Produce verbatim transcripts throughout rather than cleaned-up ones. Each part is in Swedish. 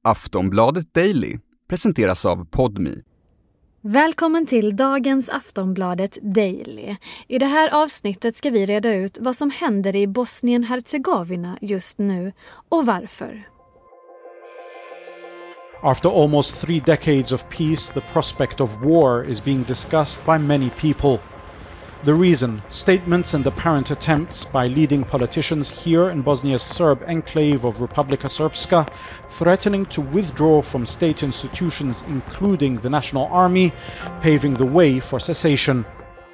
Aftonbladet Daily presenteras av Podmi. Välkommen till dagens Aftonbladet Daily. I det här avsnittet ska vi reda ut vad som händer i Bosnien-Hercegovina just nu och varför. After almost three decades of peace, the prospect of war is being discussed by many people. The reason, statements and apparent attempts by leading politicians here in Bosnia's Serb enclave of Republika Srpska, threatening to withdraw from state institutions including the National Army, paving the way for cessation.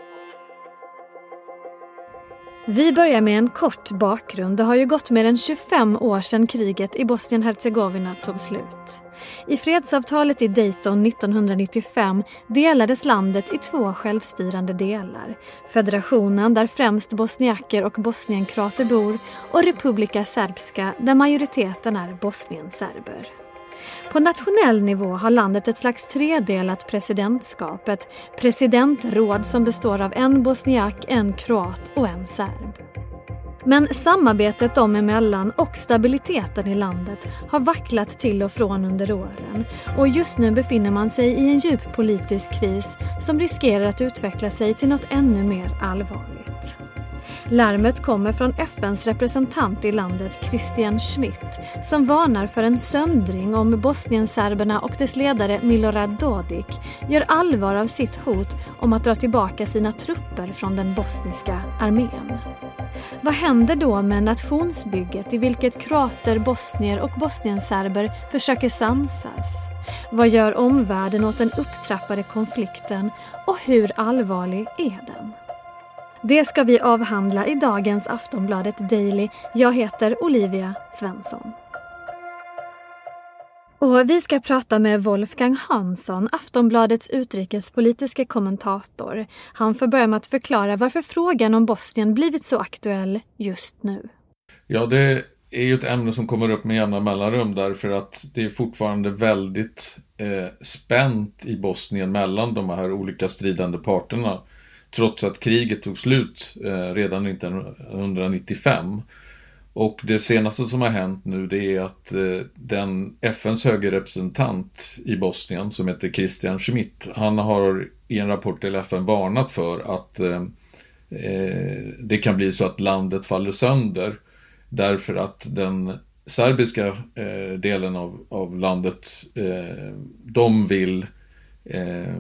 Vi börjar med en kort bakgrund. Det har ju gått mer än tjugofem år sedan kriget i Bosnien-Hercegovina tog slut. I fredsavtalet i Dayton nittonhundranittiofem delades landet i två självstyrande delar. Federationen där främst bosniaker och bosnienkroater bor och Republika Srpska där majoriteten är bosnienserber. På nationell nivå har landet ett slags tredelat presidentskap, ett presidentråd som består av en bosniak, en kroat och en serb. Men samarbetet dem emellan och stabiliteten i landet har vacklat till och från under åren och just nu befinner man sig i en djup politisk kris som riskerar att utveckla sig till något ännu mer allvarligt. Larmet kommer från F N:s representant i landet Christian Schmidt som varnar för en söndring om bosnienserberna och dess ledare Milorad Dodik gör allvar av sitt hot om att dra tillbaka sina trupper från den bosniska armén. Vad händer då med nationsbygget i vilket kroater, bosnier och bosnienserber försöker samsas? Vad gör omvärlden åt den upptrappade konflikten och hur allvarlig är den? Det ska vi avhandla i dagens Aftonbladet Daily. Jag heter Olivia Svensson. Och vi ska prata med Wolfgang Hansson, Aftonbladets utrikespolitiska kommentator. Han får börja med att förklara varför frågan om Bosnien blivit så aktuell just nu. Ja, det är ju ett ämne som kommer upp med jämna mellanrum därför att det är fortfarande väldigt eh, spänt i Bosnien mellan de här olika stridande parterna. Trots att kriget tog slut eh, redan nittonhundranittiofem. Och det senaste som har hänt nu det är att eh, den F N:s höge representant i Bosnien som heter Christian Schmidt, han har i en rapport till F N varnat för att eh, det kan bli så att landet faller sönder därför att den serbiska eh, delen av, av landet eh, de vill eh,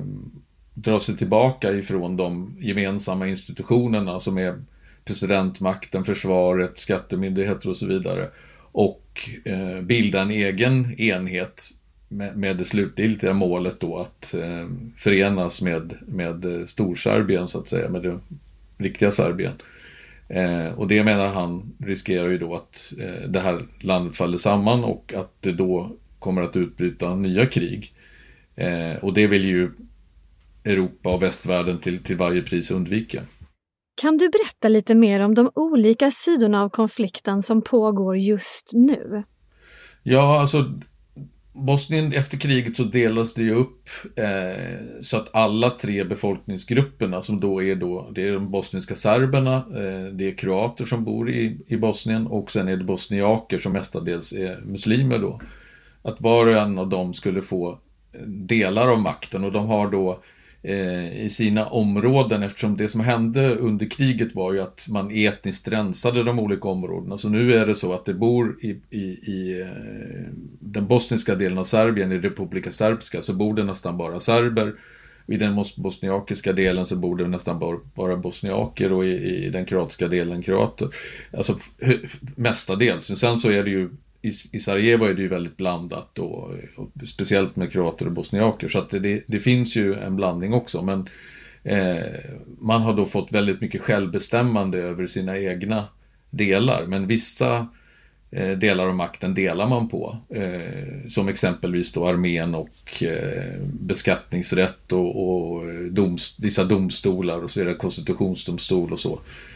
dra sig tillbaka ifrån de gemensamma institutionerna som är presidentmakten, försvaret, skattemyndigheter och så vidare och eh, bilda en egen enhet med, med det slutgiltiga målet då att eh, förenas med, med Storserbien så att säga, med det riktiga Serbien. Eh, och det menar han riskerar ju då att eh, det här landet faller samman och att det då kommer att utbryta nya krig. Eh, och det vill ju Europa och västvärlden till, till varje pris undvika. Kan du berätta lite mer om de olika sidorna av konflikten som pågår just nu? Ja, alltså Bosnien efter kriget så delas det ju upp eh, så att alla tre befolkningsgrupperna som då är då, det är de bosniska serberna, eh, det är kroater som bor i, i Bosnien och sen är det bosniaker som mestadels är muslimer då. Att var och en av dem skulle få delar av makten och de har då i sina områden eftersom det som hände under kriget var ju att man etniskt rensade de olika områdena. Så nu är det så att det bor i, i, i den bosniska delen av Serbien, i Republika Srpska, så bor det nästan bara serber. I den bosniakiska delen så bor det nästan bara, bara bosniaker och i, i den kroatiska delen kroater. Alltså mestadels. Sen så är det ju I, I Sarajevo är det ju väldigt blandat och, och speciellt med kroater och bosniaker så att det, det finns ju en blandning också men eh, man har då fått väldigt mycket självbestämmande över sina egna delar men vissa eh, delar av makten delar man på eh, som exempelvis då armén och eh, beskattningsrätt och, och doms, vissa domstolar och så är det konstitutionsdomstol och så.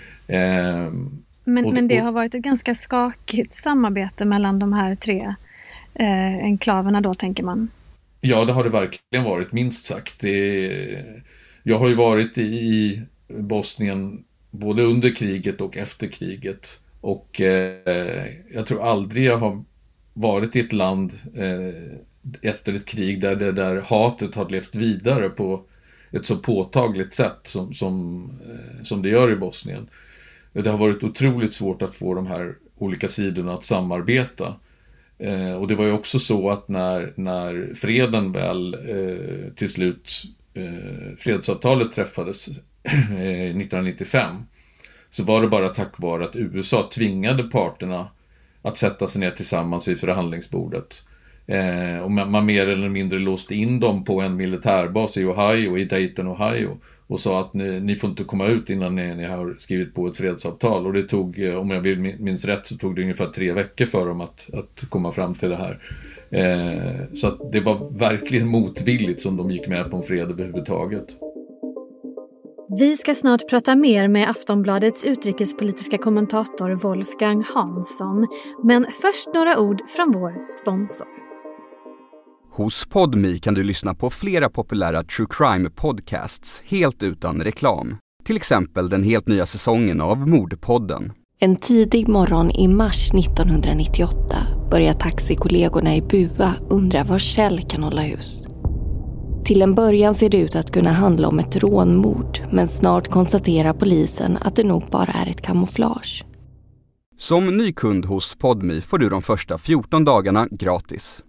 Eh, Men, och, men det och, har varit ett ganska skakigt samarbete mellan de här tre eh, enklaverna då, tänker man. Ja, det har det verkligen varit, minst sagt. Det, jag har ju varit i Bosnien både under kriget och efter kriget. Och eh, jag tror aldrig jag har varit i ett land eh, efter ett krig där det där hatet har levt vidare på ett så påtagligt sätt som, som, eh, som det gör i Bosnien. Det har varit otroligt svårt att få de här olika sidorna att samarbeta. Eh, och det var ju också så att när, när freden väl eh, till slut, eh, fredsavtalet träffades eh, nittonhundranittiofem, så var det bara tack vare att U S A tvingade parterna att sätta sig ner tillsammans vid förhandlingsbordet. Eh, och man, man mer eller mindre låste in dem på en militärbas i Ohio, i Dayton, Ohio, och sa att ni, ni får inte komma ut innan ni, ni har skrivit på ett fredsavtal. Och det tog, om jag minns rätt, så tog det ungefär tre veckor för dem att, att komma fram till det här. Eh, så att det var verkligen motvilligt som de gick med på en fred överhuvudtaget. Vi ska snart prata mer med Aftonbladets utrikespolitiska kommentator Wolfgang Hansson. Men först några ord från vår sponsor. Hos Podmi kan du lyssna på flera populära true crime podcasts helt utan reklam. Till exempel den helt nya säsongen av Mordpodden. En tidig morgon i mars nittonhundranittioåtta börjar taxikollegorna i Bua undra var Kjell kan hålla hus. Till en början ser det ut att kunna handla om ett rånmord, men snart konstaterar polisen att det nog bara är ett kamouflage. Som ny kund hos Podmi får du de första fjorton dagarna gratis.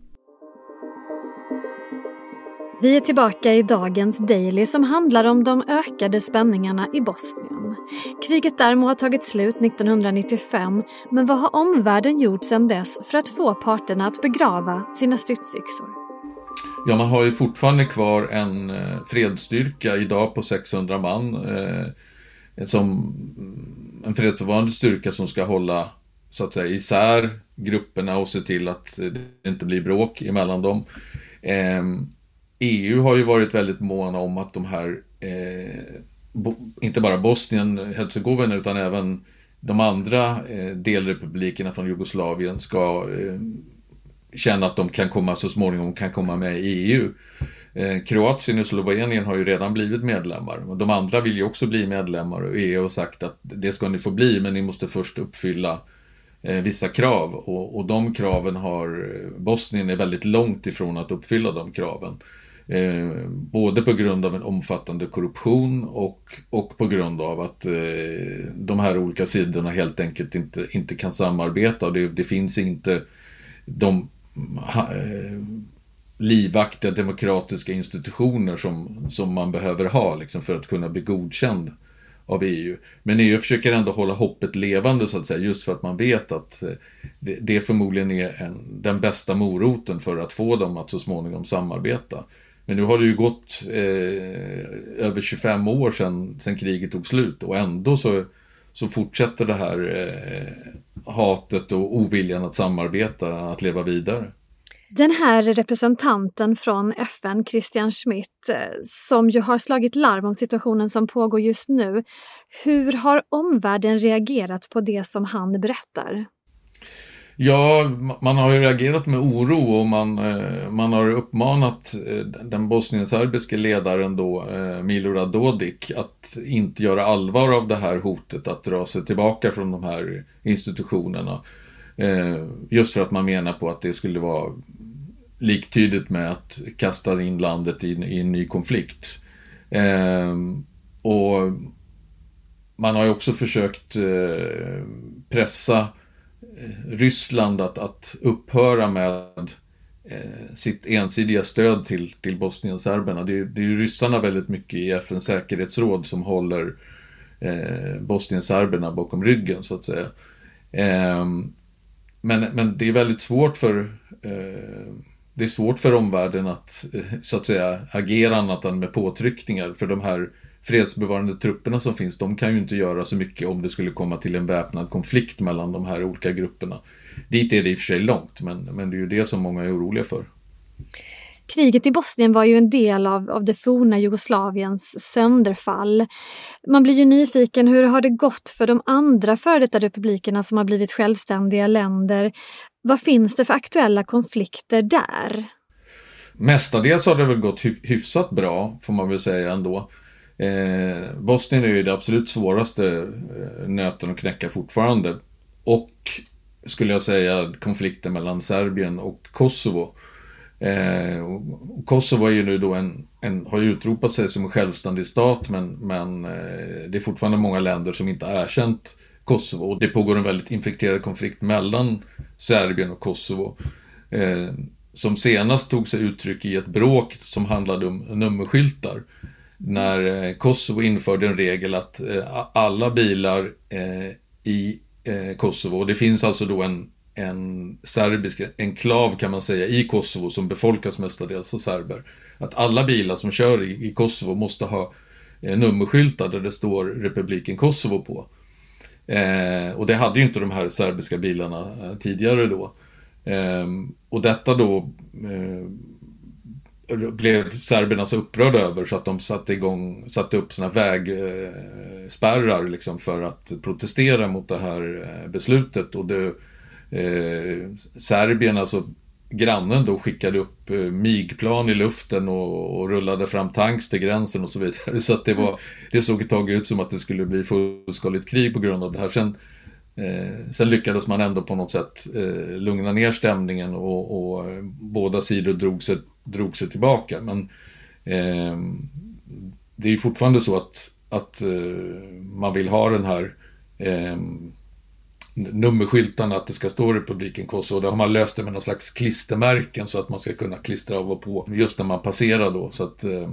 Vi är tillbaka i dagens Daily som handlar om de ökade spänningarna i Bosnien. Kriget där må ha tagit slut nittonhundranittiofem, men vad har omvärlden gjort sedan dess för att få parterna att begrava sina stridsyxor? Ja, man har ju fortfarande kvar en eh, fredsstyrka idag på sexhundra man. Eh, som en fredsbevarande styrka som ska hålla, så att säga, isär grupperna och se till att det inte blir bråk emellan dem. Eh, E U har ju varit väldigt måna om att de här, eh, bo, inte bara Bosnien, Herzegovina, utan även de andra eh, delrepublikerna från Jugoslavien ska eh, känna att de kan komma så småningom kan komma med i E U. Eh, Kroatien och Slovenien har ju redan blivit medlemmar. De andra vill ju också bli medlemmar, och E U har sagt att det ska ni få bli, men ni måste först uppfylla eh, vissa krav. Och, och de kraven har Bosnien är väldigt långt ifrån att uppfylla de kraven. Eh, både på grund av en omfattande korruption och, och på grund av att eh, de här olika sidorna helt enkelt inte, inte kan samarbeta. Och det, det finns inte de ha, eh, livaktiga demokratiska institutioner som, som man behöver ha liksom, för att kunna bli godkänd av E U. Men E U försöker ändå hålla hoppet levande, så att säga, just för att man vet att det, det förmodligen är en, den bästa moroten för att få dem att så småningom samarbeta. Men nu har det ju gått eh, över tjugofem år sedan, sedan kriget tog slut, och ändå så, så fortsätter det här eh, hatet och oviljan att samarbeta att leva vidare. Den här representanten från F N, Christian Schmidt, som ju har slagit larm om situationen som pågår just nu. Hur har omvärlden reagerat på det som han berättar? Ja, man har ju reagerat med oro, och man, man har uppmanat den bosnienserbiske ledaren då, Milorad Dodik, att inte göra allvar av det här hotet, att dra sig tillbaka från de här institutionerna. Just för att man menar på att det skulle vara liktydigt med att kasta in landet i, i en ny konflikt. Och man har ju också försökt pressa Ryssland att, att upphöra med eh, sitt ensidiga stöd till, till bosnienserberna. Det, är, det är ju ryssarna väldigt mycket i F N:s säkerhetsråd som håller eh, bosnienserberna bakom ryggen, så att säga. Eh, men, men det är väldigt svårt för eh, det är svårt för omvärlden att, så att säga, agera annat än med påtryckningar, för de här fredsbevarande trupperna som finns, de kan ju inte göra så mycket om det skulle komma till en väpnad konflikt mellan de här olika grupperna. Dit är det i och för sig långt, men, men det är ju det som många är oroliga för. Kriget i Bosnien var ju en del av, av det forna Jugoslaviens sönderfall. Man blir ju nyfiken, hur har det gått för de andra före detta republikerna som har blivit självständiga länder? Vad finns det för aktuella konflikter där? Mestadels har det väl gått hy- hyfsat bra, får man väl säga ändå. Eh, Bosnien är ju det absolut svåraste eh, nöten att knäcka fortfarande, och skulle jag säga, konflikten mellan Serbien och Kosovo. Eh, och Kosovo är ju nu då en, en, har ju utropat sig som en självständig stat, men, men eh, det är fortfarande många länder som inte har erkänt Kosovo. Och det pågår en väldigt infekterad konflikt mellan Serbien och Kosovo. Eh, som senast tog sig uttryck i ett bråk som handlade om nummerskyltar. När eh, Kosovo införde en regel att eh, alla bilar eh, i eh, Kosovo, och det finns alltså då en en serbisk enklav kan man säga i Kosovo som befolkas mestadels av serber. Att alla bilar som kör i, i Kosovo måste ha eh, nummerskyltar där det står Republiken Kosovo på. Eh, och det hade ju inte de här serbiska bilarna eh, tidigare då. Eh, och detta då eh, blev serberna så upprörda över så att de satte igång, satte upp såna vägspärrar eh, liksom för att protestera mot det här eh, beslutet. Och det Eh, Serbien, alltså grannen då, skickade upp eh, migplan i luften och, och rullade fram tanks till gränsen och så vidare, så att det var, det såg ett tag ut som att det skulle bli fullskaligt krig på grund av det här. Sen, eh, sen lyckades man ändå på något sätt eh, lugna ner stämningen och, och eh, båda sidor drog sig, drog sig tillbaka, men eh, det är ju fortfarande så att, att eh, man vill ha den här eh, nummerskyltarna, att det ska stå Republiken Kosovo. Då har man löst det med någon slags klistermärken så att man ska kunna klistra av och på just när man passerar då, så att eh,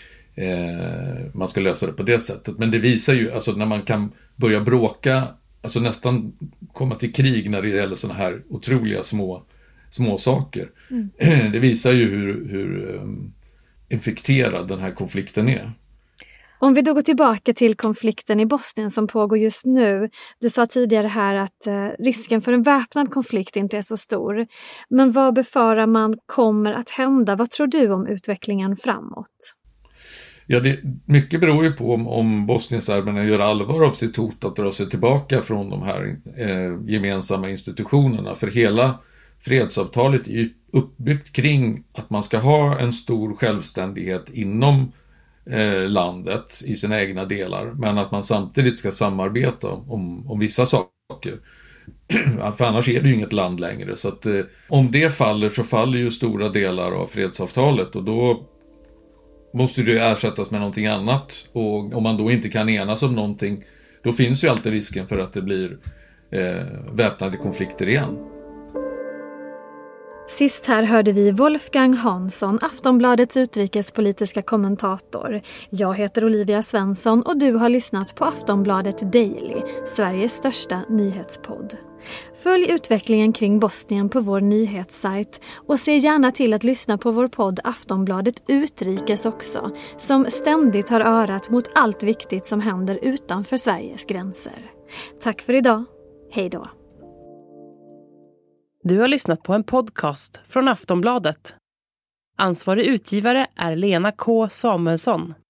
man ska lösa det på det sättet. Men det visar ju, alltså när man kan börja bråka, alltså nästan komma till krig när det gäller såna här otroliga små, små saker. Mm. Det visar ju hur, hur um, infekterad den här konflikten är. Om vi då går tillbaka till konflikten i Bosnien som pågår just nu. Du sa tidigare här att eh, risken för en väpnad konflikt inte är så stor. Men vad befarar man kommer att hända? Vad tror du om utvecklingen framåt? Ja, det, mycket beror ju på om, om bosnienserberna gör allvar av sitt hot att dra sig tillbaka från de här eh, gemensamma institutionerna. För hela fredsavtalet är ju uppbyggt kring att man ska ha en stor självständighet inom landet i sina egna delar, men att man samtidigt ska samarbeta om, om vissa saker. För annars är det ju inget land längre, så att eh, om det faller så faller ju stora delar av fredsavtalet, och då måste det ersättas med någonting annat, och om man då inte kan enas om någonting, då finns ju alltid risken för att det blir eh, väpnade konflikter igen. Sist här hörde vi Wolfgang Hansson, Aftonbladets utrikespolitiska kommentator. Jag heter Olivia Svensson och du har lyssnat på Aftonbladet Daily, Sveriges största nyhetspodd. Följ utvecklingen kring Bosnien på vår nyhetssajt och se gärna till att lyssna på vår podd Aftonbladet Utrikes också, som ständigt har örat mot allt viktigt som händer utanför Sveriges gränser. Tack för idag. Hej då. Du har lyssnat på en podcast från Aftonbladet. Ansvarig utgivare är Lena K. Samuelsson.